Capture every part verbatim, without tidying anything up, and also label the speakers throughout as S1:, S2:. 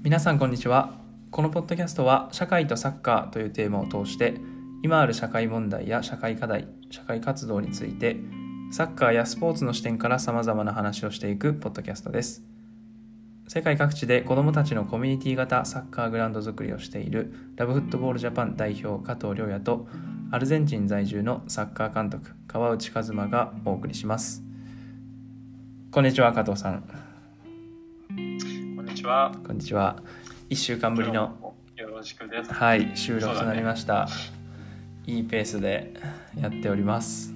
S1: 皆さんこんにちは。このポッドキャストは社会とサッカーというテーマを通して今ある社会問題や社会課題、社会活動についてサッカーやスポーツの視点から様々な話をしていくポッドキャストです。世界各地で子どもたちのコミュニティ型サッカーグラウンド作りをしているラブフットボールジャパン代表加藤亮也とアルゼンチン在住のサッカー監督川内和馬がお送りします。こんにちは加藤さん。
S2: こんにちは。
S1: こんにちは。いっしゅうかんぶりの
S2: よろしくです。
S1: はい、収録となりました、ね、いいペースでやっております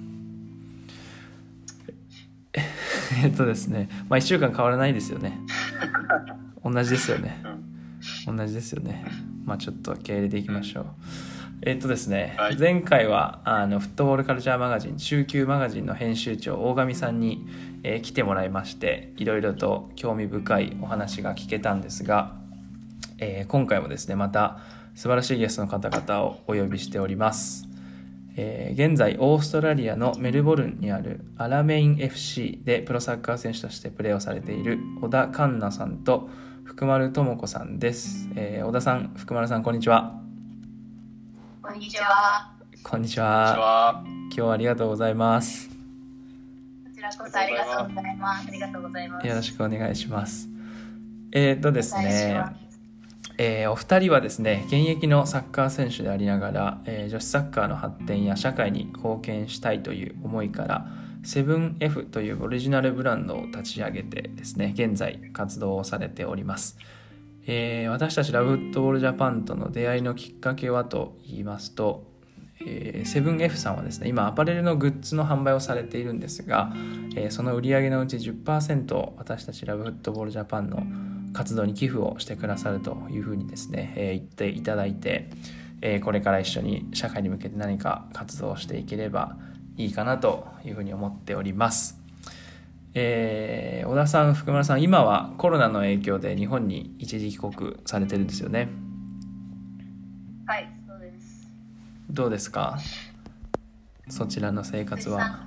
S1: えっとですねまあいっしゅうかん変わらないですよね同じですよね、うん、同じですよね。まあちょっと受け入れていきましょう。えっとですね、はい、前回はあのフットボールカルチャーマガジン週休マガジンの編集長大上さんに、えー、来てもらいましていろいろと興味深いお話が聞けたんですが、えー、今回もですねまた素晴らしいゲストの方々をお呼びしております。えー、現在オーストラリアのメルボルンにあるアラメイン エフシー でプロサッカー選手としてプレーをされている小田環奈さんと福丸智子さんです。えー、小田さん、福丸さん、こんにちは。
S3: こんにちは。
S1: こんにちは。今日はありがとうございます。
S3: こちらこそありがとうございます。ありがとうございます。
S1: よろしくお願いします。えー、っとですね、えー、お二人はですね、現役のサッカー選手でありながら、えー、女子サッカーの発展や社会に貢献したいという思いから、セブンエフ というオリジナルブランドを立ち上げてですね、現在活動をされております。えー、私たちラブフットボールジャパンとの出会いのきっかけはと言いますと、えー、セブンエフ さんはですね今アパレルのグッズの販売をされているんですが、えー、その売り上げのうち じゅっパーセント を私たちラブフットボールジャパンの活動に寄付をしてくださるというふうにですね、えー、言っていただいて、えー、これから一緒に社会に向けて何か活動をしていければいいかなというふうに思っております。えー、小田さん、福村さん、今はコロナの影響で日本に一時帰国されてるんですよね。
S3: はい、そうです。
S1: どうですか、そちらの生活は。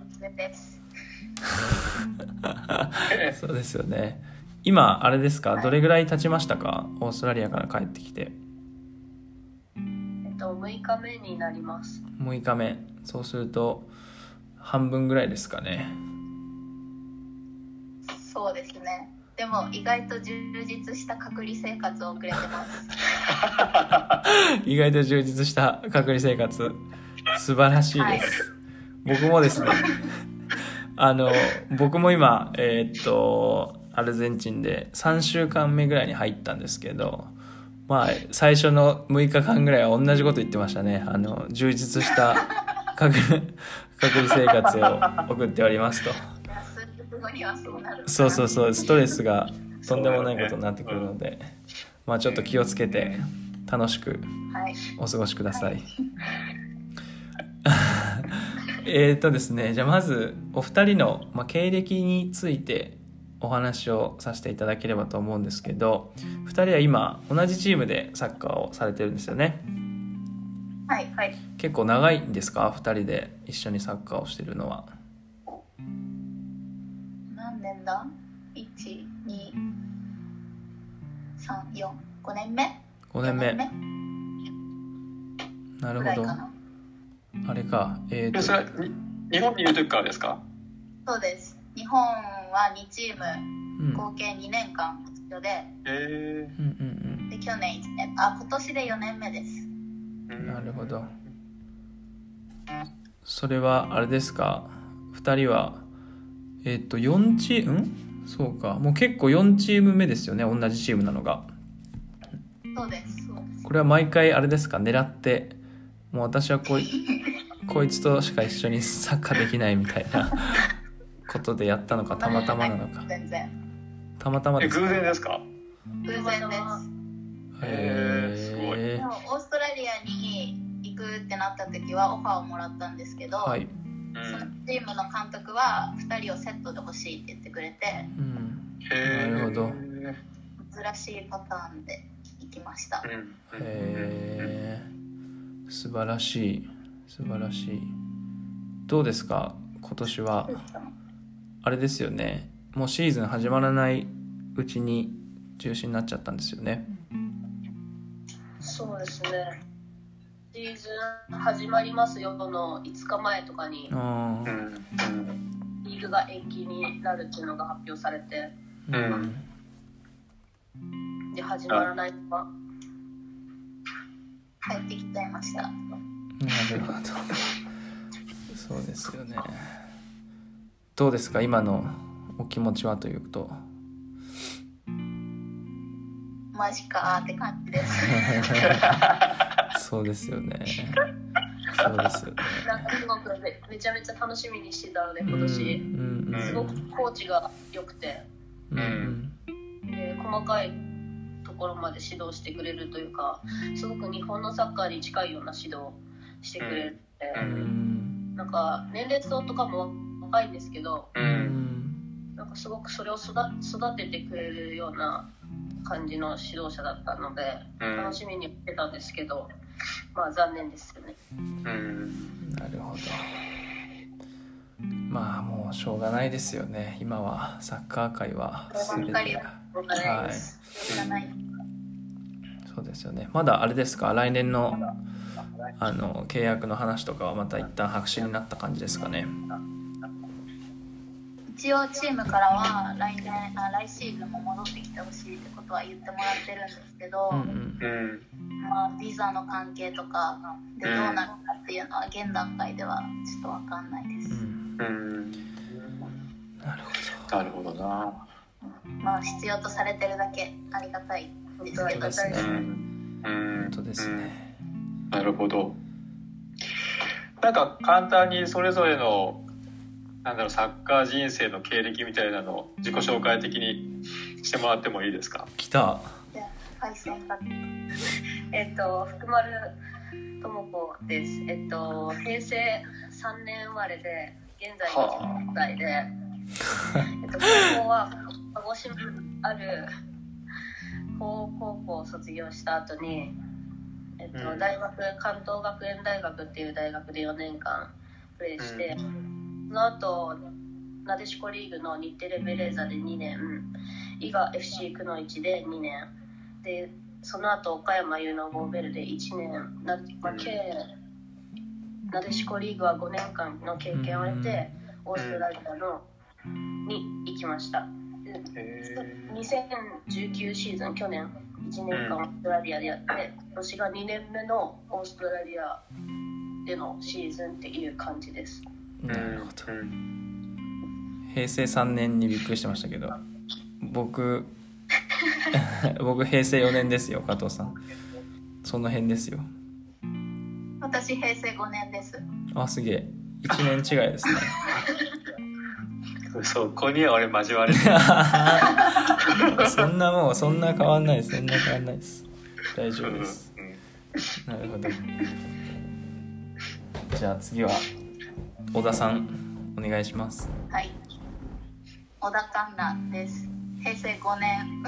S1: そうですよね。今あれですか、はい、どれぐらい経ちましたか、オーストラリアから帰ってきて。
S3: えっとむいかめになります。
S1: むいかめ、そうすると半分ぐらいですかね。
S3: そうですね。でも意外と充実した隔離生活を送れてます
S1: 意外と充実した隔離生活、素晴らしいです、はい、僕もですねあの僕も今えー、っとアルゼンチンでさんしゅうかんめぐらいに入ったんですけど、まあ最初のむいかかんぐらいは同じこと言ってましたね。あの充実した隔離生活を送っておりますと。そうそうそう、ストレスがとんでもないことになってくるので、まあちょっと気をつけて楽しくお過ごしください、はい、えっとですねじゃあまずお二人の、まあ、経歴についてお話をさせていただければと思うんですけど、ふたりは今同じチームでサッカーをされてるんですよね。
S3: はいはい。
S1: 結構長いんですか、ふたりで一緒にサッカーをしてるのは。
S3: 何年だ ?いち、に、さん、よん、ごねんめ
S1: ごねんめなるほど。あれか、えーと、
S2: それは日本にいる時からですか。
S3: そうです。日本はにチーム、合計にねんかん一緒で、
S2: えー、
S3: うんうんうん、で去年いちねん、あ、今年でよねんめです。
S1: なるほど。それはあれですか、ふたりはえっとよんチーム、んそうか、もう結構よんチーム目ですよね、同じチームなのが。
S3: そうですそうです。
S1: これは毎回あれですか、狙ってもう私はこいこいつとしか一緒にサッカーできないみたいなことでやったのか、たまたまなのか。
S3: 全然
S1: たまたまですか。
S2: 偶然ですか。
S3: 偶然です。
S2: へー、すごい。
S3: でもオーストラリアに行くってなった時はオファーをもらったんですけど、はい、そのチームの監督はふたりをセットで欲しいって言ってくれて、
S1: うん、へー、なるほど。
S3: 珍しいパターンで行きました、うん、
S1: へー、素晴らしい素晴らしい。どうですか、今年は。あれですよね、もうシーズン始まらないうちに中止になっちゃったんですよね。
S4: そうですね。シーズン始まりますよのいつかまえとかに
S1: あ
S4: リーグが延期になるっていうのが発表されて、
S1: うん、
S4: で始まらないまま
S3: 帰ってきちゃいました。
S1: なるほど。そうですよね。どうですか今のお気持ちはというと。
S3: マジかーって感じです。
S1: そうですよね。そうですよね。
S4: なんかすごく め, めちゃめちゃ楽しみにしてたので今年、
S1: うんうん、
S4: すごくコーチが良くて、
S1: うん、
S4: で細かいところまで指導してくれるというか、すごく日本のサッカーに近いような指導してくれる、うん、なんか年齢層とかも若いんですけど、うん、なんかすごくそれを 育, 育ててくれるような感じの指導者だったので、うん、楽しみにしてたんですけど、まあ残念ですよね。
S1: うん、なるほど。まあもうしょうがないですよね。今はサッカー界は全て、はい、そうですよね。まだあれですか、来年のあの契約の話とかはまた一旦白紙になった感じですかね。
S3: 一応チームからは来年あ来シーズンも戻ってきてほしいってことは言ってもらってるんですけど、うんうんまあ、ビザの関係とかでどうなるかっていうのは現段階ではちょっと分かんないです、うんうん、
S1: なるほ
S2: どなるほどな。
S3: まあ必要とされてるだけありがたいですけど
S1: ですね、うん、本当ですね、
S2: うん、なるほど。なんか簡単にそれぞれのなんだろうサッカー人生の経歴みたいなのを自己紹介的にしてもらってもいいですか。
S1: 来た。
S4: えっと福丸智子です。えっと平成さんねん生まれで現在にじゅっさいで、えっと高校は鹿児島にある高校を卒業した後に、えっとうん、大学関東学園大学っていう大学でよねんかんプレーして。うんその後なでしこリーグの日テレベレーザでにねん、伊賀 エフシー くのいちでにねんで、その後岡山ユノボーベルでいちねんな、まあ、計なでしこリーグはごねんかんの経験を得てオーストラリアのに行きました。にせんじゅうきゅうシーズン去年いちねんかんオーストラリアでやって、今年がにねんめのオーストラリアでのシーズンっていう感じです。
S1: なるほど。平成さんねんにびっくりしてましたけど、僕僕平成よねんですよ。加藤さんその辺ですよ。
S3: 私平成ごねんです。
S1: あ、すげえいちねん違いですね。
S2: そこには俺交われ
S1: ないそんなもうそんな変わんないです。そんな変わんないです。大丈夫です、うんうん、なるほど。じゃあ次は小田さんお願いします。
S3: はい、小田環奈です。平成ごねん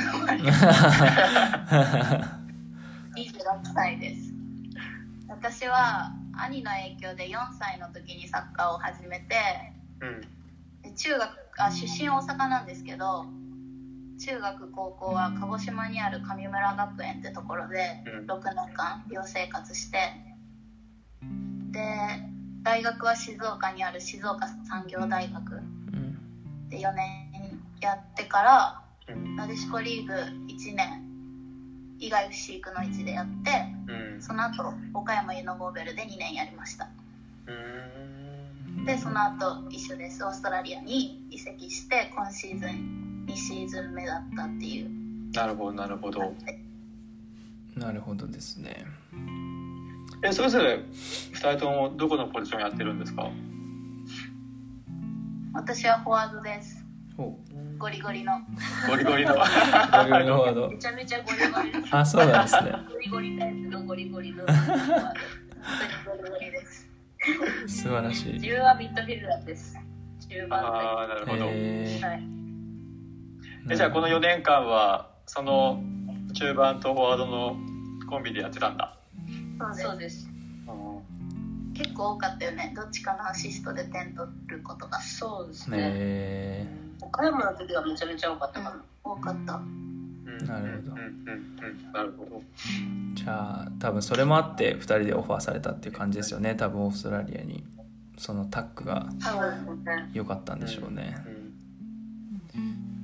S3: にじゅうろくさいです。私は兄の影響でよんさいの時にサッカーを始めて、うん、中学あ出身大阪なんですけど、中学高校は鹿児島にある神村学園ってところでろくねんかん寮生活して、で大学は静岡にある静岡産業大学でよねんやってから、なでしこリーグいちねん伊賀 エフシー くのいちでやって、その後岡山ユノボーベルでにねんやりました。でその後一緒です。オーストラリアに移籍して今シーズンにシーズン目だったっていう。
S2: なるほどなるほど
S1: なるほどですね。
S2: えそれぞれふたりともどこのポジションやってるんですか。
S3: 私はフォワードです。ゴリゴリの
S2: ゴリゴリのゴ
S1: リゴリのフォワード。
S4: めちゃめちゃゴリゴリです。
S1: あ、そうなんですね。
S4: ゴリゴリタイプのゴリゴリのフォワード。ゴリゴリです。
S1: 素晴らしい。
S4: 自分はミッドフィルダーです。中盤。
S2: ああ、なるほど。
S4: えーはい、
S2: えじゃあこのよねんかんはその中盤とフォワードのコンビでやってたんだ。
S4: そうです。
S3: 結構多かったよね。どっちかのアシストで点取ることが。
S4: そうですね。岡山の時はめちゃめちゃ多かったかな。
S3: うん、多かった。
S1: なるほど、
S2: うんうんうん、なるほど。
S1: じゃあ多分それもあってふたりでオファーされたっていう感じですよね。多分オーストラリアにそのタッグが良かったんでしょうね、うん、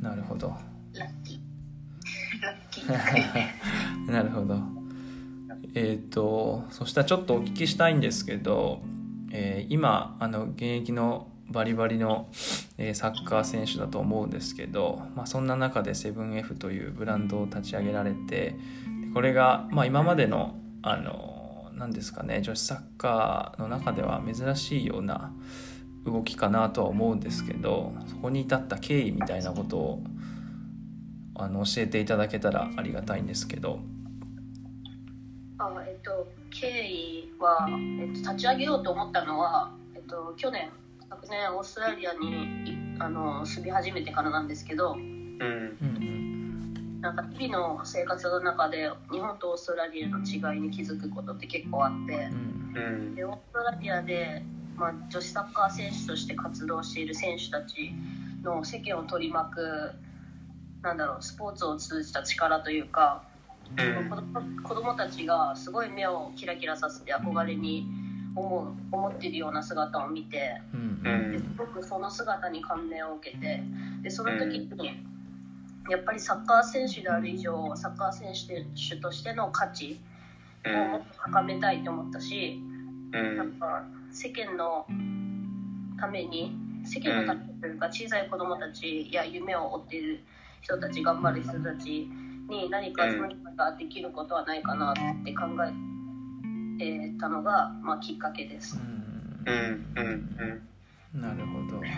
S1: なるほど、
S3: ラッキーラッキー
S1: なるほど。えっとそしたらちょっとお聞きしたいんですけど、えー、今あの現役のバリバリの、えー、サッカー選手だと思うんですけど、まあ、そんな中で セブンエフ というブランドを立ち上げられて、これが、まあ、今までのあの何ですかね、女子サッカーの中では珍しいような動きかなとは思うんですけど、そこに至った経緯みたいなことをあの教えていただけたらありがたいんですけど。
S4: あえっと、経緯は、えっと、立ち上げようと思ったのは、えっと、去年昨年オーストラリアにあの住み始めてからなんですけど、うんうんなんか日々の生活の中で日本とオーストラリアの違いに気づくことって結構あって、うん、でオーストラリアで、まあ、女子サッカー選手として活動している選手たちの世間を取り巻くなんだろうスポーツを通じた力というか、うん、子供、子供たちがすごい目をキラキラさせて憧れに思う思っているような姿を見て、うん、ですごくその姿に感銘を受けて、でその時に、うんやっぱりサッカー選手である以上サッカー選手としての価値をもっと高めたいと思ったし、うん、なんか世間のために世間のためというか小さい子どもたちや夢を追っている人たち頑張る人たちに何かその人ができることはないかなって考えたのが、まあ、きっかけです。うんうん
S1: うん、なるほど。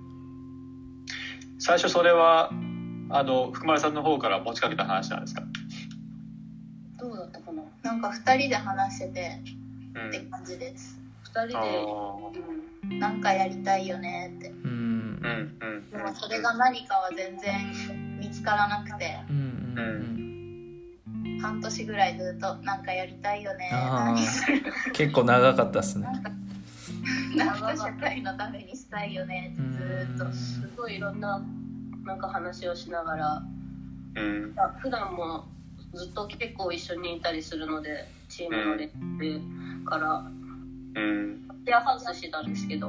S2: 最初それはあの福丸さんの方から持ちかけた話なんですか？
S4: どうだったかな。
S3: なんかふたりで話してて、うん、って感じです。
S4: ふたりで、
S3: うん、なんかやりたいよねって、うんうんうん、でもそれが何かは全然見つからなくて、うんうん、半年ぐらいずっとなんかやりたいよね何する
S1: 結構長かったっすね。
S3: なんか社会のためにしたいよねってずっと
S4: すごいいろんななんか話をしながら、うん、普段もずっと結構一緒にいたりするのでチームの練習から、うん、シェアハウスしてたんですけど、うん、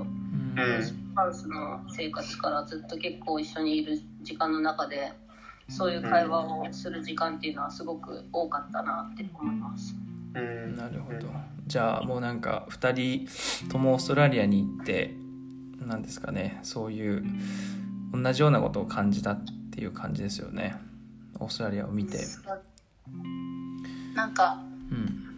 S4: シェアハウスの生活からずっと結構一緒にいる時間の中でそういう会話をする時間っていうのはすごく多かったなって思います。
S1: うん、なるほど。じゃあもうなんかふたりともオーストラリアに行ってなんですかね、そういう同じようなことを感じたっていう感じですよね、オーストラリアを見て。
S3: なんか、うん、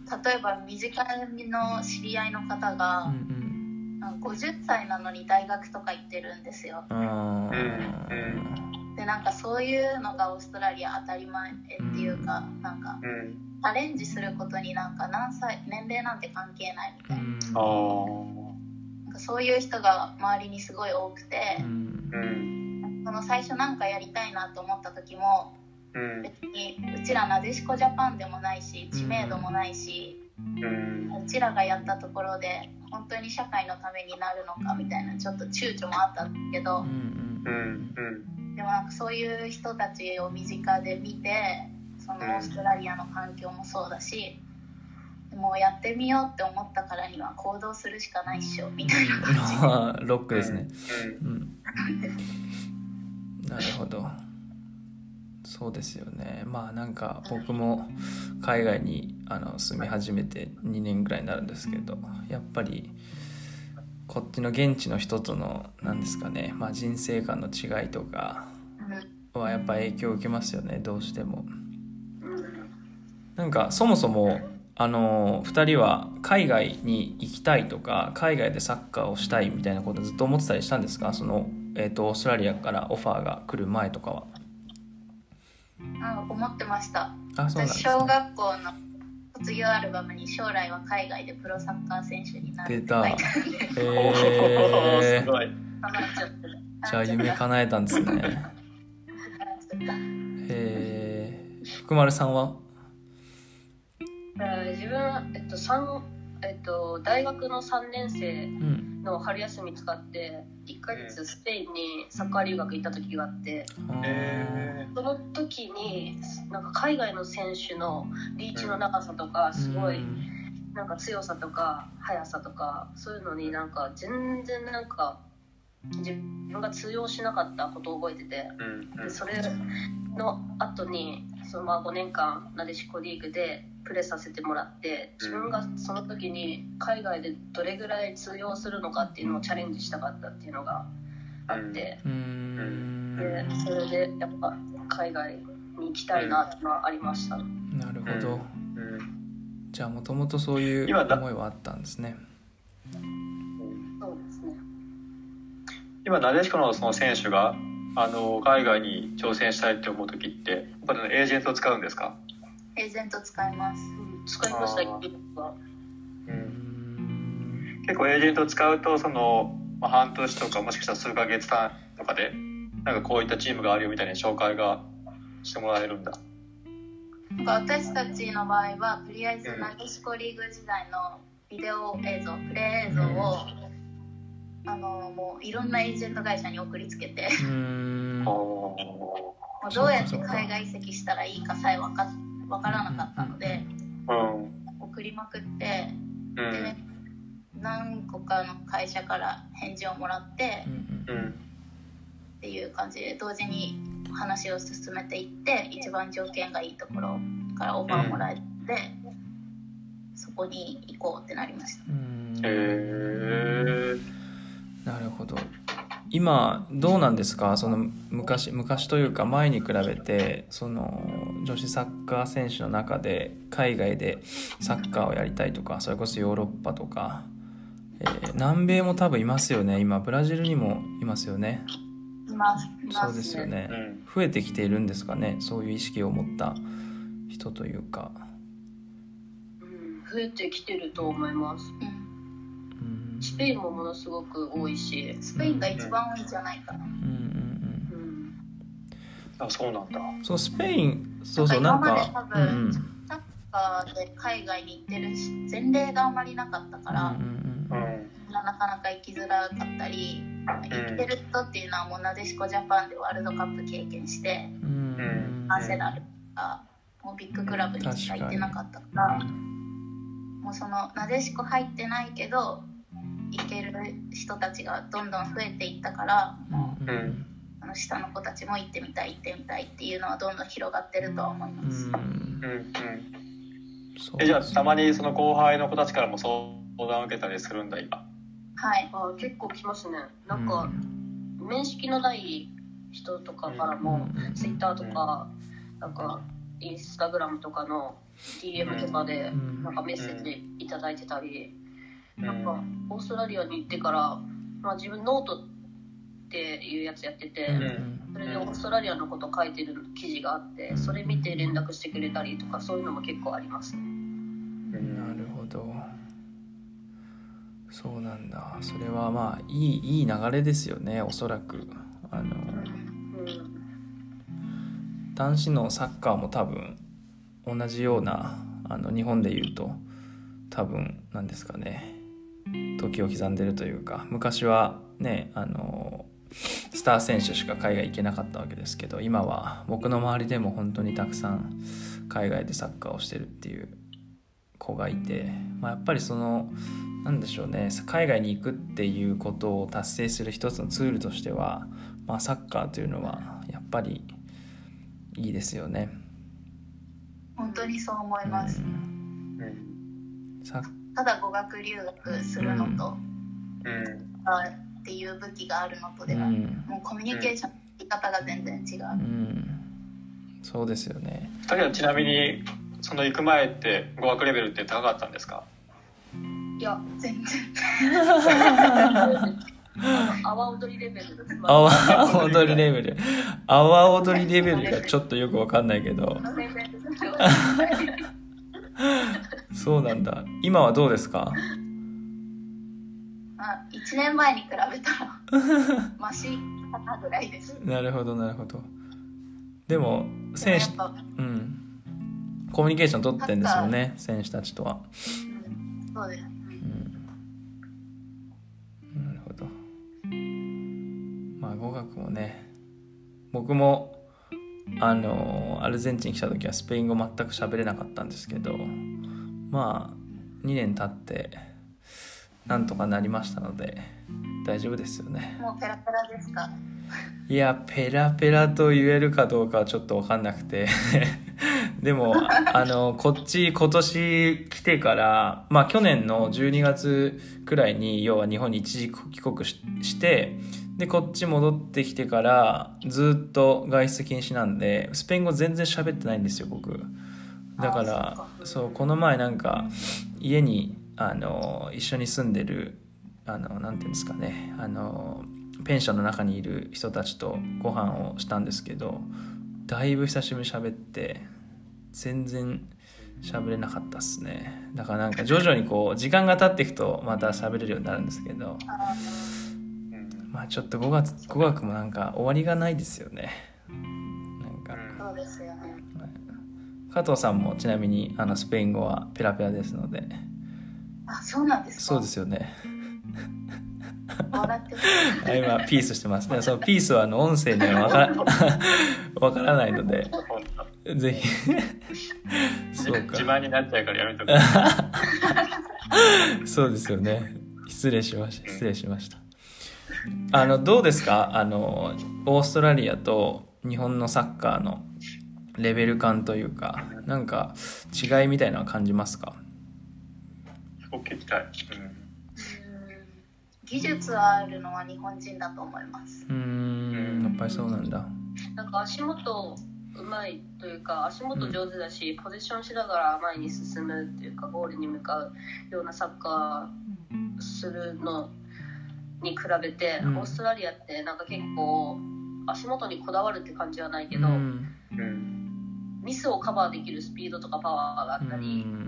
S3: 例えば身近の知り合いの方が、うんうん、ごじゅっさいなのに大学とか行ってるんですよ。あでなんかそういうのがオーストラリア当たり前っていうか、うん、なんか、うん、チャレンジすることになんか何歳年齢なんて関係ないみたいな、うん、なんかそういう人が周りにすごい多くて、うんその最初なんかやりたいなと思った時も、うん、別にうちらなでしこジャパンでもないし知名度もないし、うん、うちらがやったところで本当に社会のためになるのかみたいなちょっと躊躇もあったんだけど、うんうん、でもなんかそういう人たちを身近で見てそのオーストラリアの環境もそうだし、もうやってみようって思ったからには行動するしかないっしょみたいな感
S1: じロックですね、うんうんなるほど。そうですよね。まあなんか僕も海外にあの住み始めてにねんぐらいになるんですけど、やっぱりこっちの現地の人との何ですかね、まあ、人生観の違いとかはやっぱ影響を受けますよね、どうしても。なんかそもそもあのふたりは海外に行きたいとか海外でサッカーをしたいみたいなことずっと思ってたりしたんですか？そのえーと、オーストラリアからオファーが来る前とかは。
S3: あ思ってました。
S1: あ、そうなんですね。
S3: 小学校の卒業アルバムに将来は海外でプロサッカー選手になるって書いてあるんで、
S1: えー、すごい。じゃあ夢叶えたんですね。えー、福丸さんは？
S4: 自分は、えっと、さんえっと、大学のさんねん生の春休み使っていっかげつスペインにサッカー留学行った時があって、
S2: え
S4: その時になんか海外の選手のリーチの長さとかすごいなんか強さとか速さとかそういうのになんか全然なんか自分が通用しなかったことを覚えてて、でそれの後にそのまあごねんかんなでしこリーグでプレーさせてもらって自分がその時に海外でどれぐらい通用するのかっていうのをチャレンジしたかったっていうのがあって、
S1: うん
S4: でそれでやっぱ海外に行きたいなっていうのはありました。
S1: なるほど、
S2: うん、
S1: じゃあもともとそういう思いはあったんですね。
S4: そうですね。
S2: 今なでしこのその選手があの海外に挑戦したいって思う時ってやっぱりエージェントを使うんですか？
S3: エージェント使います。
S4: 使いました。
S2: うん、結構エージェントを使うとその、まあ、半年とかもしかしたら数ヶ月単位とかでなんかこういったチームがあるよみたいな紹介がしてもらえるんだ。
S3: なんか私たちの場合はとりあえずなでしこリーグ時代のビデオ映像プレー映像を、うん、あのもういろんなエージェント会社に送りつけてうーんもうどうやって海外移籍したらいいかさえ分か分からなかったので、うん、送りまくって、うん、で何個かの会社から返事をもらって、うん、っていう感じで同時に話を進めていって一番条件がいいところからオファーをもらえて、うん、そこに行こうってなりました。
S2: へー、
S1: なるほど。今どうなんですか？その昔昔というか前に比べてその女子サッカー選手の中で海外でサッカーをやりたいとかそれこそヨーロッパとか、えー、南米も多分いますよね。今ブラジルにもいますよね。
S3: いますいますね。
S1: そうですよね、うん、増えてきているんですかね、そういう意識を持った人というか。
S4: うん、増えてきてると思います、うん、スペインもものすごく多いし
S3: スペインが一番多いんじゃないかな。うんうんうん
S2: うん、あ、そうなんだ。
S1: そうスペインそうそうなんか
S3: 今まで多分、うん、サッカーで海外に行ってるし前例があまりなかったから、うんうんうん、なかなか行きづらかったり、行ってる人っていうのはもうなでしこジャパンでワールドカップ経験して、うん、アーセナルとかもうビッグクラブにしか行ってなかったから、もうそのなでしこ入ってないけど行ける人たちがどんどん増えていったから、もう、うん、あの下の子たちも行ってみたい行ってみたいっていうのはどんどん広がってるとは思います。うんうん、
S2: えじゃあたまにその後輩の子たちからも相談を受けたりするんだ今？
S3: はい、
S4: あ結構来ますね。なんか、うん、面識のない人とかからも、うん、ツイッターとか、うん、なんかインスタグラムとかの ディーエム とかで、うん、なんかメッセージいただいてたり、うん、なんかオーストラリアに行ってから、まあ、自分ノートっていうやつやってて、うん、それでオーストラリアのこと書いてる記事があってそれ見て連絡してくれたりとかそういうのも結構ありますね。
S1: なるほど、そうなんだ。それはまあいい、いい流れですよね。おそらくあの、うん、男子のサッカーも多分同じようなあの日本でいうと多分なんですかね、時を刻んでるというか、昔はねあのスター選手しか海外行けなかったわけですけど、今は僕の周りでも本当にたくさん海外でサッカーをしてるっていう子がいて、まあ、やっぱりそのなんでしょうね、海外に行くっていうことを達成する一つのツールとしては、まあ、サッカーというのはやっぱりいいですよね。
S3: 本当にそう思います、うんうん、ただ語学留学するのと、うん、っていう武器があるのとでは、うん、もうコミュニケーションの言い方が全然違う、うん、
S1: そうですよね。
S2: ふたりはちなみにその行く前って語学レベルって高かったんですか？
S3: いや全然
S4: 阿波踊りレベルです。
S1: 阿波踊りレベル阿波踊りレベルがちょっとよくわかんないけどそうなんだ。今はどうですか？
S3: あ、いちねんまえに比べたらマシかなぐらいです。
S1: なるほどなるほど。でも選手うんコミュニケーション取ってんですよね、選手たちとは。
S3: そうです。
S1: 語学もね、僕もあのアルゼンチン来た時はスペイン語全く喋れなかったんですけど、まあにねん経ってなんとかなりましたので大丈夫ですよね。
S3: もうペラペラですか？
S1: いやペラペラと言えるかどうかはちょっと分かんなくてでもあのこっち今年来てから、まあ去年のじゅうにがつくらいに要は日本に一時帰国 し, してでこっち戻ってきてからずっと外出禁止なんでスペイン語全然喋ってないんですよ僕。だからそうこの前なんか家にあの一緒に住んでるあのなんていうんですかね、あのペンションの中にいる人たちとご飯をしたんですけど、だいぶ久しぶりに喋って全然喋れなかったっすね。だからなんか徐々にこう時間が経っていくとまた喋れるようになるんですけど、まあちょっとごがつ語学もなんか終わりがないですよね。なんか
S3: そうですよね。
S1: 加藤さんもちなみにあのスペイン語はペラペラですので。
S3: あ、そうなんですか？
S1: そうですよね。
S3: 笑って
S1: 今ピースしてますね。そのピースはあの音声にはわからわからないのでぜひ
S2: そうか自慢になっちゃうからやめとく
S1: そうですよね。失礼しました失礼しました。あのどうですか、あのオーストラリアと日本のサッカーのレベル感というかなんか違いみたいなのは感じますか？
S2: 聞きたい、うん、
S3: 技術はあるのは日本人だと思います。
S1: うーん、やっぱりそうなんだ。
S4: なんか足元うまいというか足元上手だし、うん、ポジションしながら前に進むっていうかゴールに向かうようなサッカーするのに比べて、うん、オーストラリアってなんか結構足元にこだわるって感じはないけど、うんうん、ミスをカバーできるスピードとかパワーがあったり、うん、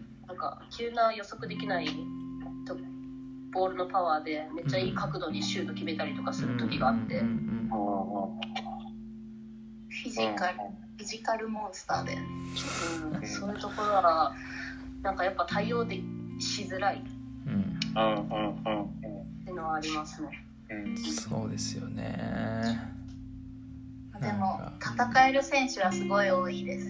S4: なんか急な予測できないとボールのパワーでめっちゃいい角度にシュート決めたりとかする時があって、うんうん
S3: うん、フィジカル、フィジカルモンスターで、
S4: うん、そういうところはなんかやっぱ対応でしづらい、うん、っていうのはありますね、
S1: うん、そうですよね。
S3: でも戦える選手はすごい多いです、うん、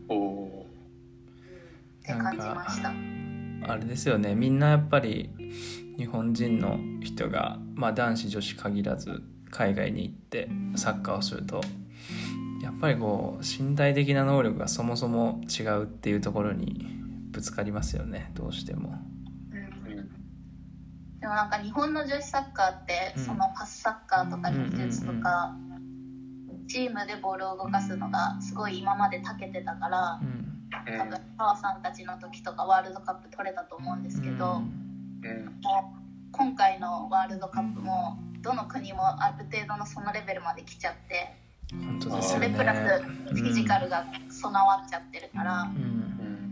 S3: おって感じました。
S1: あれですよね、みんなやっぱり日本人の人が、まあ、男子女子限らず海外に行ってサッカーをするとやっぱりこう身体的な能力がそもそも違うっていうところにぶつかりますよね、どうしても、うん、
S3: でもなんか日本の女子サッカーって、うん、そのパスサッカーとか技術とか、うんうんうん、チームでボールを動かすのがすごい今まで長けてたから、うん多分川さんたちの時とかワールドカップ取れたと思うんですけど、うん、もう今回のワールドカップもどの国もある程度のそのレベルまで来ちゃって
S1: 本当ですよね、
S3: それプラスフィジカルが備わっちゃってるから、うん、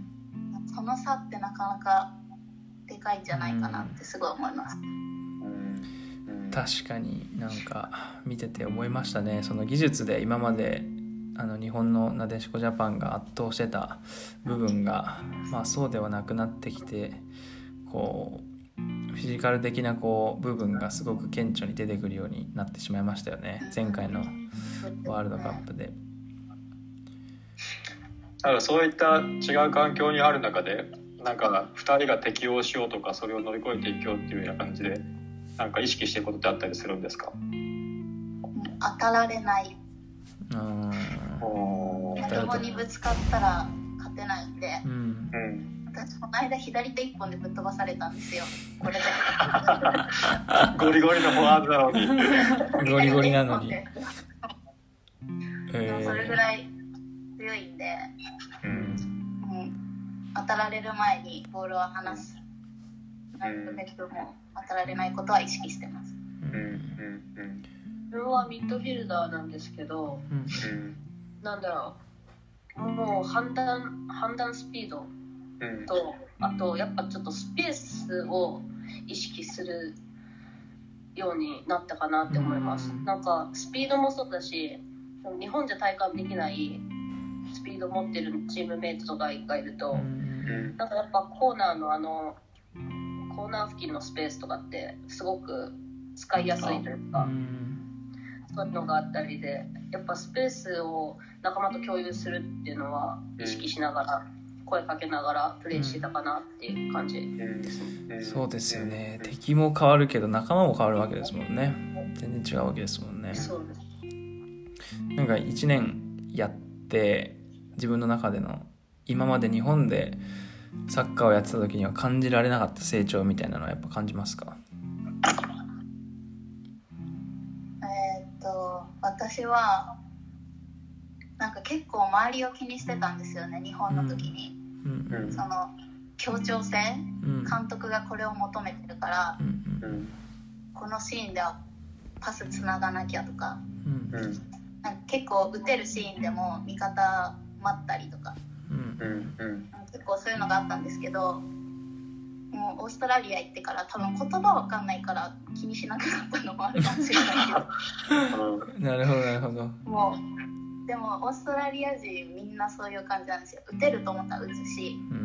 S3: その差ってなかなかでかいんじゃないかなってすごい思います、
S1: うん、確かになんか見てて思いましたね。その技術で今まであの日本のなでしこジャパンが圧倒してた部分が、まあ、そうではなくなってきてこうフィジカル的なこう部分がすごく顕著に出てくるようになってしまいましたよね、前回のワールドカップで。
S2: だからそういった違う環境にある中でなんかふたりが適応しようとかそれを乗り越えていこうっていうような感じでなんか意識していることってあったりするんですか？
S3: 当たられない、
S1: うん
S3: 子供にぶつかったら勝てないんで、うん、私この間左手一本でぶっ飛ばされたんですよ、これで
S2: ゴリゴリのフォワードなのに
S1: ゴリゴリなのに
S3: でもそれぐらい強いんで、うんうん、当たられる前にボールを離す、なるべくも当たられないことは意識してます、うんうんうん、
S4: 自分はミッドフィルダーなんですけど、うん、なんだろうもう判断判断スピードと、うん、あとやっぱちょっとスペースを意識するようになったかなって思います、うん、なんかスピードもそうだし日本じゃ体感できないスピードを持ってるチームメイトとかがいると、うん、なんかやっぱコーナーのあのコーナー付近のスペースとかってすごく使いやすいというか、うん、 そういうのがあったりで、やっぱスペースを仲間と共有するっていうのは意識しながら、声かけながらプレーしてたかなっていう感じですね。
S1: そうですよね。敵も変わるけど仲間も変わるわけですもんね。全然違うわけですもんね。
S4: そうです。
S1: なんかいちねんやって自分の中での今まで日本でサッカーをやってた時には感じられなかった成長みたいなのはやっぱ感じますか？
S3: えーっと私はなんか結構周りを気にしてたんですよね、日本の時に、うんうん、その協調性、うん、監督がこれを求めてるから、うんうん、このシーンではパスつながなきゃとか、うんうん、なんか結構打てるシーンでも味方待ったりとか、うんうんうん、結構そういうのがあったんですけど、もうオーストラリア行ってから多分言葉わかんないから気にしなくなったのもあるかもしれないけど
S1: なるほどなるほど。
S3: もうでもオーストラリア人みんなそういう感じなんですよ。打てると思ったら打つし、うん、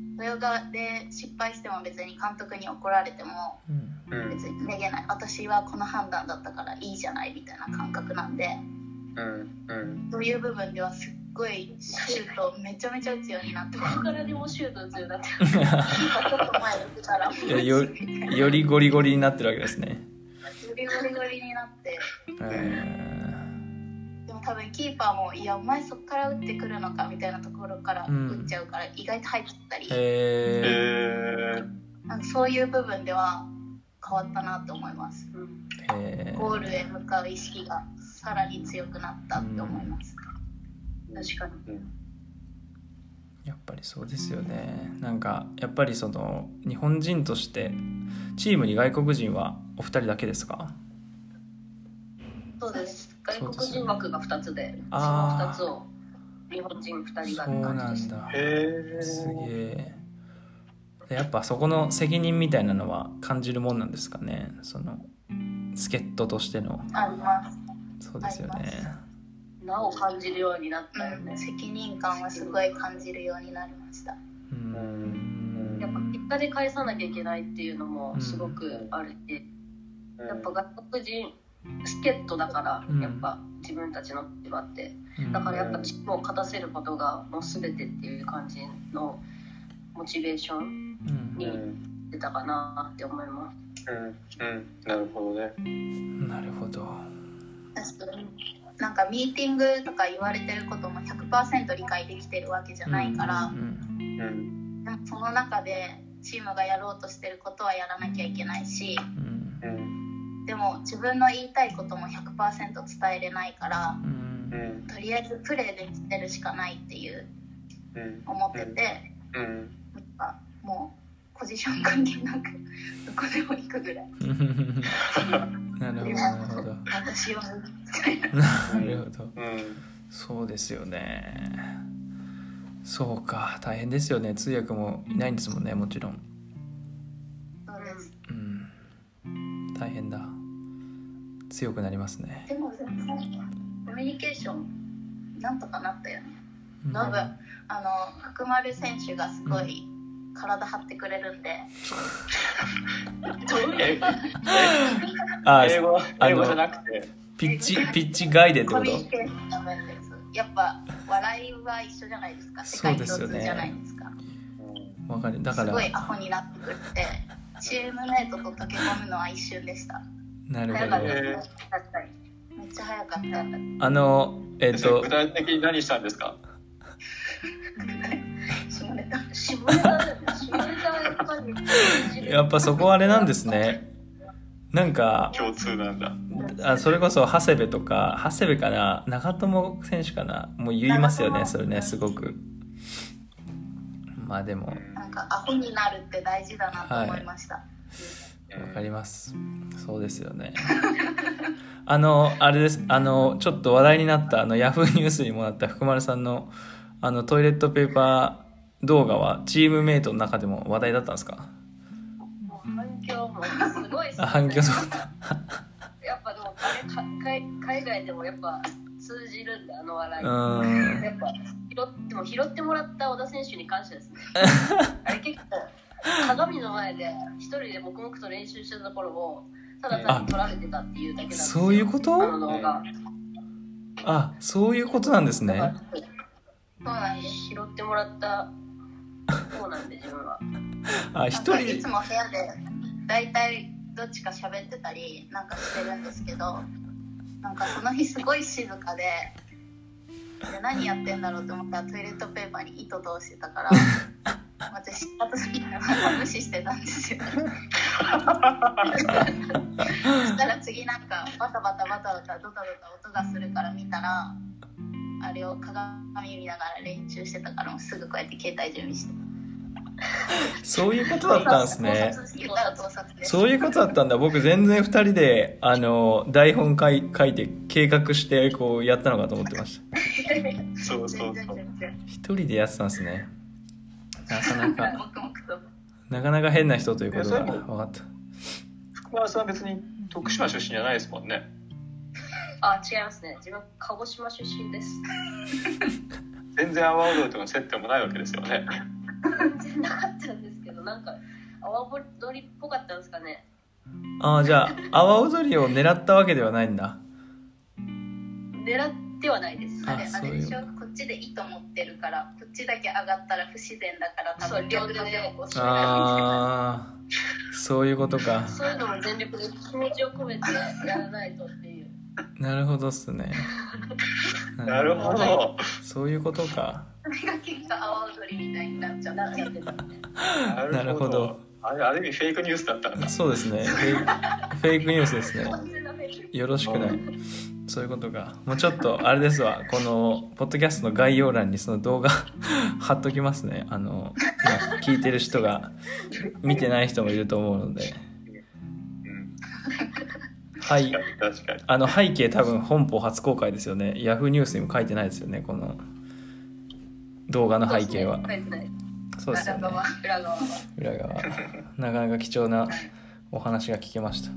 S3: それで失敗しても別に監督に怒られても別にめげない、私はこの判断だったからいいじゃないみたいな感覚なんで、うんうん、そういう部分ではすっごいシュートめちゃめちゃ打つようになって、どこからでもシュート打つようになってちょっと前打ってたら
S1: いや よ, よりゴリゴリになってるわけですね。
S3: よりゴリゴリになって、えーでも多分キーパーもいやお前そっから打ってくるのかみたいなところから打っちゃうから、うん、意外と入っちゃったり、へなんかそういう部分では変わったなと思います、うん、へゴールへ向かう意識がさらに強くなったって思います、うん、確かに、うん、
S1: やっぱりそうですよね。なんかやっぱりその日本人としてチームに外国人はお二人だけですか？
S4: そうです。外国人枠がふたつで、そのふたつを日本人ふたりがって感じでした。
S1: そうなんだ。へー、すげえ。やっぱそこの責任みたいなのは感じるもんなんですかね。その助っ人としての。
S3: あります。
S1: そうですよね。
S4: なお感じるようになったよね、
S3: うん、責任感はすごい感じるようになりました。
S4: うん。やっぱ結果で返さなきゃいけないっていうのもすごくあるし、うん、やっぱ外国人助っ人だからやっぱ自分たちの立場って、うん、だからやっぱチームを勝たせることがもう全てっていう感じのモチベーションに出たかなって思います。
S2: うん、うん、なるほどね。
S1: なるほど。
S3: 確かになんかミーティングとか言われてることも ひゃくパーセント 理解できてるわけじゃないから、うんうん、でもその中でチームがやろうとしてることはやらなきゃいけないし、うん、でも自分の言いたいことも ひゃくパーセント 伝えれないから、うん、とりあえずプレーで伝えるしかないっていう、うん、思ってて、うんうん、なんかもうポジション関係なくどこでも行くぐらい
S1: なるほどなるほど
S3: 私を
S1: なるほど、うん、そうですよね。そうか、大変ですよね。通訳もいないんですもんね、もちろん。
S3: そうです、
S1: うん、大変だ。強くなりますね。
S3: でもコミュニケーションなんとかなったよね、うん、多分あの福丸選手がすごい、うん体張ってくれるんで
S2: あ英語英語じゃなくて
S1: ピッチピッチ外でってこと？
S3: やっぱ笑いは一緒じゃないですか。世界共通じゃないですか。
S1: わかる。だから
S3: すごいアホになってくれてチームメイトと溶け込むのは一瞬でした。
S1: なるほど。
S3: 早かったですね。確かにめっちゃ早かった。
S1: あのえっ、ー、と
S2: 具体的に何したんですか？
S3: 下ネタ
S4: 下ネタだよね。下ネタはやっぱり
S1: やっぱそこはあれなんですね。なんか
S2: 共通なんだ。
S1: あそれこそ長谷部とか長谷部かな長友選手かなもう言いますよねそれねすごく。まあでも
S3: なんかアホになるって大事だなと思いました。わ、
S1: はい、かります。そうですよね。あのあれですあのちょっと話題になったあのヤフーニュースにもなった福丸さんのあのトイレットペーパー動画はチームメイトの中でも話題だったんですか？
S4: もう反響もすごいですね。
S1: 反響そうだ。
S4: やっぱでもあれ海外でもやっぱ通じるんであの笑い。うんやっぱ拾っても拾ってもらった小田選手に感謝ですね。あれ結構鏡の前で一人で黙々と練習してたところをただ単に撮られてたっていうだけなんですよ。
S1: そういうこと？
S4: あの動画。
S1: あ、そういうことなんですね。
S3: そうなんです。
S4: 拾ってもらったそうなんで自分は。
S1: あ、一人
S3: いつも部屋でだいたいどっちか喋ってたりなんかしてるんですけど、なんかその日すごい静かで、で何やってんだろうと思ったらトイレットペーパーに糸通してたから私私無視してたんですよ。そしたら次なんかバタバタバタバタドタドタ音がするから見たら、あれを鏡見ながら練習してたから、もうすぐこうやって携帯準備して。
S1: そういうことだったんですね。
S3: 言ったら盗撮で。
S1: そういうことだったんだ。僕全然ふたりであの台本書い書いて計画してこうやったのかと思ってました。
S2: そうそうそう。
S1: 一人でやってたんですね。なかなか
S3: 黙々と
S1: なかなか変な人ということが分かった。
S2: 福原さんは別に徳島出身じゃないですもんね。
S4: あ、違いますね。自分鹿児島出身です。
S2: 全然阿波踊りとか接点もないわけですよね。
S4: 全然なかったんですけど、なんか阿波踊りっぽかったんですかね。
S1: ああ、じゃあ阿波踊りを狙ったわけではないんだ。
S4: 狙ってはないです。
S3: あれ、
S1: あ
S3: あれでしょ、こっちで糸持ってるからこっちだけ上がったら不自然だから多分両手でもこうしながら。
S1: ああ、そういうことか。
S4: そういうのも全力で気持ちを込めてやらないとっていう。
S1: なるほどっすね。
S2: なるほど。
S1: そういうことか。
S3: それが結果阿波踊りみたいになっちゃったって。
S1: なるほど。
S2: あれ、ある意味フェイクニュースだったんだ。
S1: そうですね。フェイク、フェイクニュースですね。よろしくない。そういうことか。もうちょっとあれですわ。このポッドキャストの概要欄にその動画貼っときますね。あの今聞いてる人が見てない人もいると思うので。
S2: うん、
S1: はい。
S2: 確かに。
S1: あの背景多分本邦初公開ですよね。ヤフーニュースにも書いてないですよね。この動画の背景は。そうですね。
S3: 裏側裏側
S1: 裏側。なかなか貴重なお話が聞けました。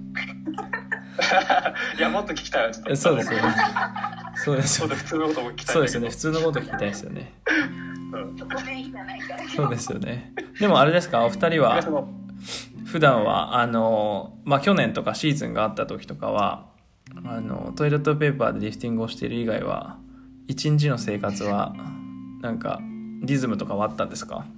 S2: いや、もっと聞きたい。ちょっと
S1: そうですよね。そうですよね。
S2: 普通のことも聞きたい。
S1: そうですよね。普通のこと聞きたいですよね。
S3: ごめんいいじゃないから。
S1: そうですよね。でもあれですか、お二人は普段はあのまあ去年とかシーズンがあった時とかはあのトイレットペーパーでリフティングをしている以外は一日の生活はなんかリズムとかはあったんですか？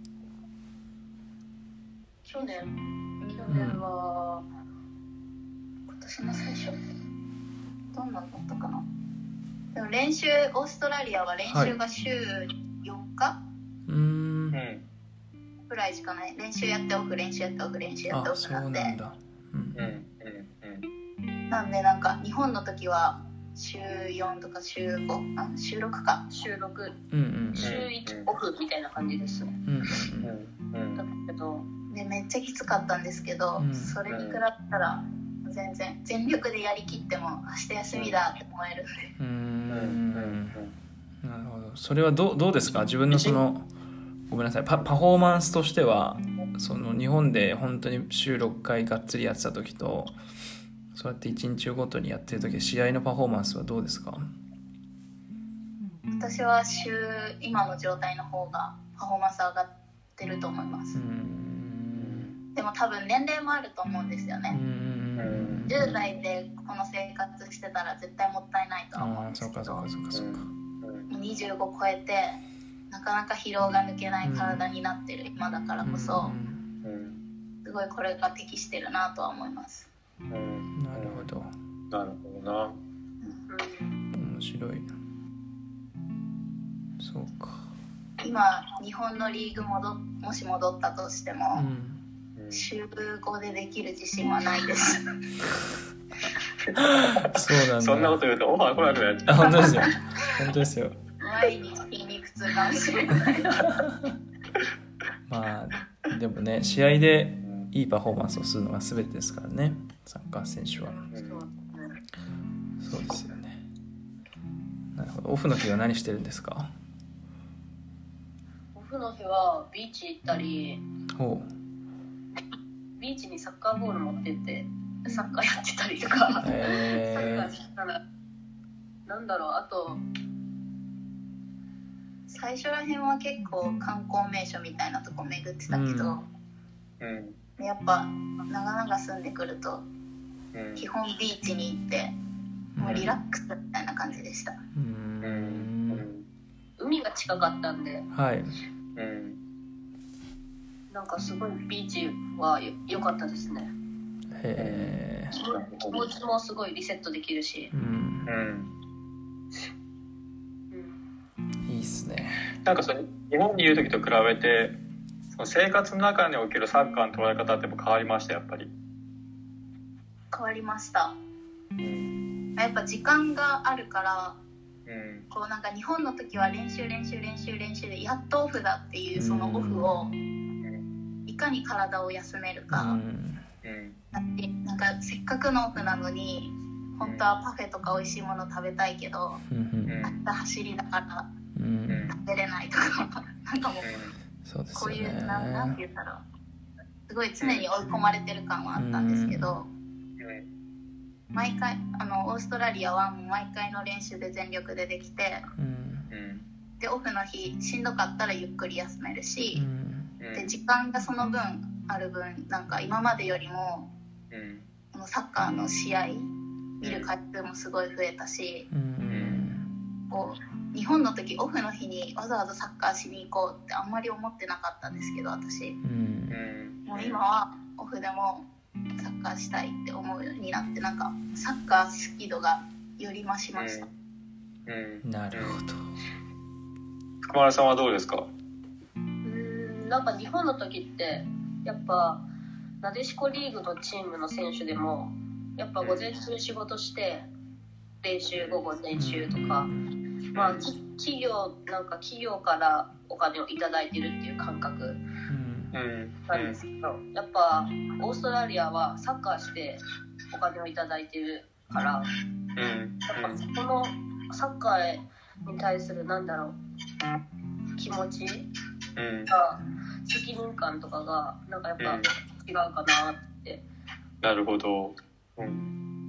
S4: 去年
S3: 去年は、うん、今年の最初どんなんだったかな。でも練習、オーストラリアは練習が週よっか、はい、うーんくらいしかない。練習やってオフ、練習やってオフ、練習やってオフなんで。あ、そうなんだ。うんうんうん、なんでなんか日本の時は週よんとか週ご、あ、週ろくか、
S4: 週ろく、
S1: うんうん、
S4: 週いちオフみたいな感じです。うん
S3: うんうん、だけどでめっちゃきつかったんですけど、うん、それに比べたら全然全力でやりきっても明日休みだって思えるんで。うーん、
S1: なるほど。それはどう、どうですか？自分のそのごめんなさい パ, パフォーマンスとしてはその日本で本当に週ろっかいがっつりやってた時とそうやっていちにちごとにやってる時試合のパフォーマンスはどうですか？
S3: 私は週今の状態の方がパフォーマンス上がってると思います。うーん、でも多分年齢もあると思うんですよね。うーん、じゅう代でこの生活してたら絶対もったいないと思うんですけど、そうかそうかそうかそうか、にじゅうご超えてなかなか疲労が抜けない体になってる今だからこそ、すごいこれが適してるなとは思います。
S1: うん、なるほど
S2: なるほどな、
S1: うん、面白い。そうか。
S3: 今日本のリーグ戻もし戻ったとしても、うん、週ごでできる自信はないです
S1: そうなんだ。
S2: そんなこと言うとオファー来なくなっちゃう。
S1: 本当ですよ本当ですよ。
S3: 毎日筋肉痛かもしれない
S1: まあでもね、試合でいいパフォーマンスをするのが全てですからね、サッカー選手は。そうですよね。なるほど。オフの日は何してるんですか？
S4: オフの日はビーチ行ったり、
S1: ほう、
S4: ビーチにサッカーボール持ってってサッカーやってたりとか、えー、サッカーしたらなんだろう、あと
S3: 最初ら辺は結構観光名所みたいなとこ巡ってたけど、うん、やっぱ長々住んでくると基本ビーチに行って、もうリラックスみたいな感じでした。
S1: うん、
S4: 海が近かったんで、
S1: はい、うん
S4: ん、なんかすごいビーチは良かったですね。
S1: へ
S4: ー、気持ちもすごいリセットできるし、
S1: うん
S4: うん、
S1: いいっすね。
S2: なんかそれ日本にいる時と比べてその生活の中におけるサッカーの捉え方っても変わりました？やっぱり
S3: 変わりました、
S2: うん、
S3: やっぱ時間があるから、
S2: うん、
S3: こうなんか日本の時は練習練習練習練習でやっとオフだっていうそのオフをいかに体を休めるか、うん、なんかせっかくのオフなのに本当はパフェとか美味しいもの食べたいけど、うん、明日走りだから食べれないとかなんかもう、
S1: そうですよね、
S3: こういうな、なんて言ったらすごい常に追い込まれてる感はあったんですけど、毎回あのオーストラリアはもう毎回の練習で全力でできて、でオフの日しんどかったらゆっくり休めるし、で時間がその分ある分なんか今までよりも、このサッカーの試合見る回数もすごい増えたし、こう日本の時オフの日にわざわざサッカーしに行こうってあんまり思ってなかったんですけど私、うん、もう今はオフでもサッカーしたいって思うようになって、なんかサッカー好き度がより増しました、
S1: うんうん、なるほど。
S2: 福丸さんはどうですか？
S4: うーん、なんか日本の時ってやっぱなでしこリーグのチームの選手でもやっぱ午前中仕事して練習午後練習とか、まあ、企業なんか企業からお金をいただいてるっていう感覚なんですけど、やっぱオーストラリアはサッカーしてお金をいただいてるから、やっぱそのサッカーに対するなんだろう気持ちが、責任感とかがなんかやっぱ違うかなって。
S2: なるほど、
S1: うん、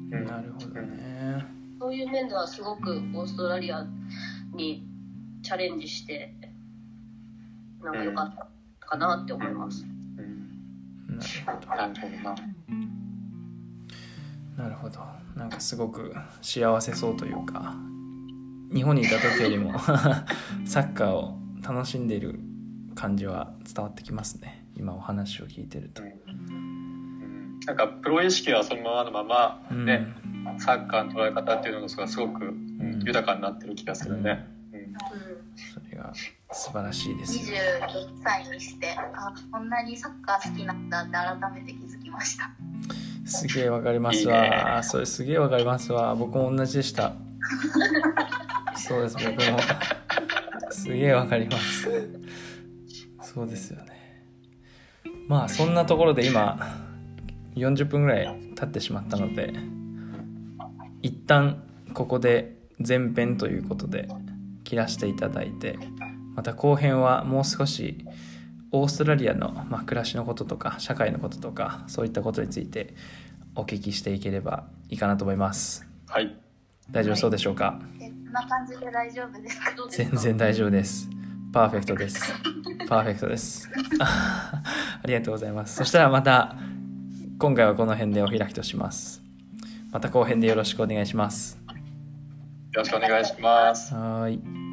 S1: なるほどね。
S4: そういう面ではすごくオーストラリアにチャレンジしてなんか良かったかなって思います、
S1: うん、なるほどな。なるほど。なんかすごく幸せそうというか、日本にいた時よりもサッカーを楽しんでいる感じは伝わってきますね、今お話を聞いてると、うん、
S2: なんかプロ意識はそのままのままね、うん、サッカーの捉え方っていうのがすごく豊かになってる気がするね、うんうん、
S1: それが素晴らしいです。
S3: にじゅうろくさいにしてあこんなにサッカー好きなんだって改めて気づきました。
S1: すげえわかりますわ。いいね、それすげえわかりますわ。僕も同じでしたそうです、僕もすげえわかります。そうですよね。まあそんなところで今よんじゅっぷんぐらい経ってしまったので、一旦ここで前編ということで切らしていただいて、また後編はもう少しオーストラリアの、まあ、暮らしのこととか社会のこととかそういったことについてお聞きしていければいいかなと思います。
S2: はい。
S1: 大丈夫そうでしょうか？
S3: はい、こんな感じで大丈夫ですか？
S1: 全然大丈夫です。パーフェクトです。パーフェクトですありがとうございます。そしたらまた今回はこの辺でお開きとします。また後編でよろしくお願いします。
S2: よろしくお願いします。
S1: はい。